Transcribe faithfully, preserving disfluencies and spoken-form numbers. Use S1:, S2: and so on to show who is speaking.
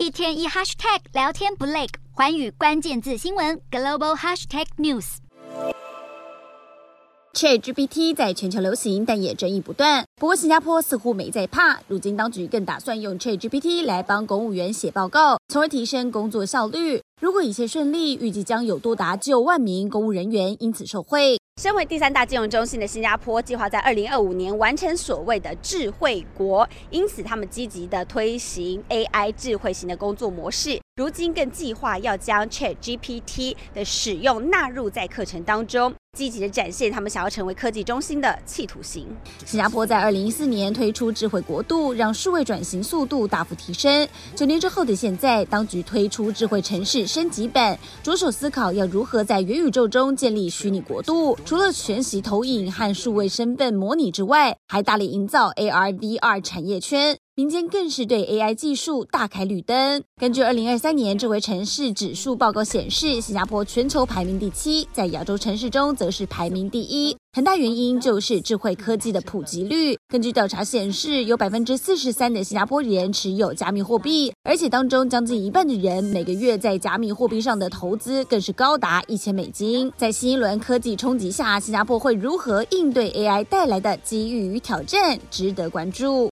S1: 一天一 hashtag 聊天不累，寰宇关键字新闻 global hashtag news。
S2: ChatGPT 在全球流行，但也争议不断。不过新加坡似乎没在怕，如今当局更打算用 ChatGPT 来帮公务员写报告，从而提升工作效率。如果一切顺利，预计将有多达九万名公务人员因此受惠。
S3: 身为第三大金融中心的新加坡，计划在二零二五年完成所谓的智慧国，因此他们积极的推行 A I 智慧型的工作模式。如今更计划要将 ChatGPT 的使用纳入在课程当中，积极的展现他们想要成为科技中心的企图心。
S2: 新加坡在二零一四年推出智慧国度，让数位转型速度大幅提升。九年之后的现在，当局推出智慧城市升级版，着手思考要如何在元宇宙中建立虚拟国度。除了全息投影和数位身份模拟之外，还大力营造 A R、V R 产业圈。民间更是对 A I 技术大开绿灯。根据二零二三年智慧城市指数报告显示，新加坡全球排名第七，在亚洲城市中则是排名第一。很大原因就是智慧科技的普及率。根据调查显示，有百分之四十三的新加坡人持有加密货币，而且当中将近一半的人每个月在加密货币上的投资更是高达一千美金。在新一轮科技冲击下，新加坡会如何应对 A I 带来的机遇与挑战，值得关注。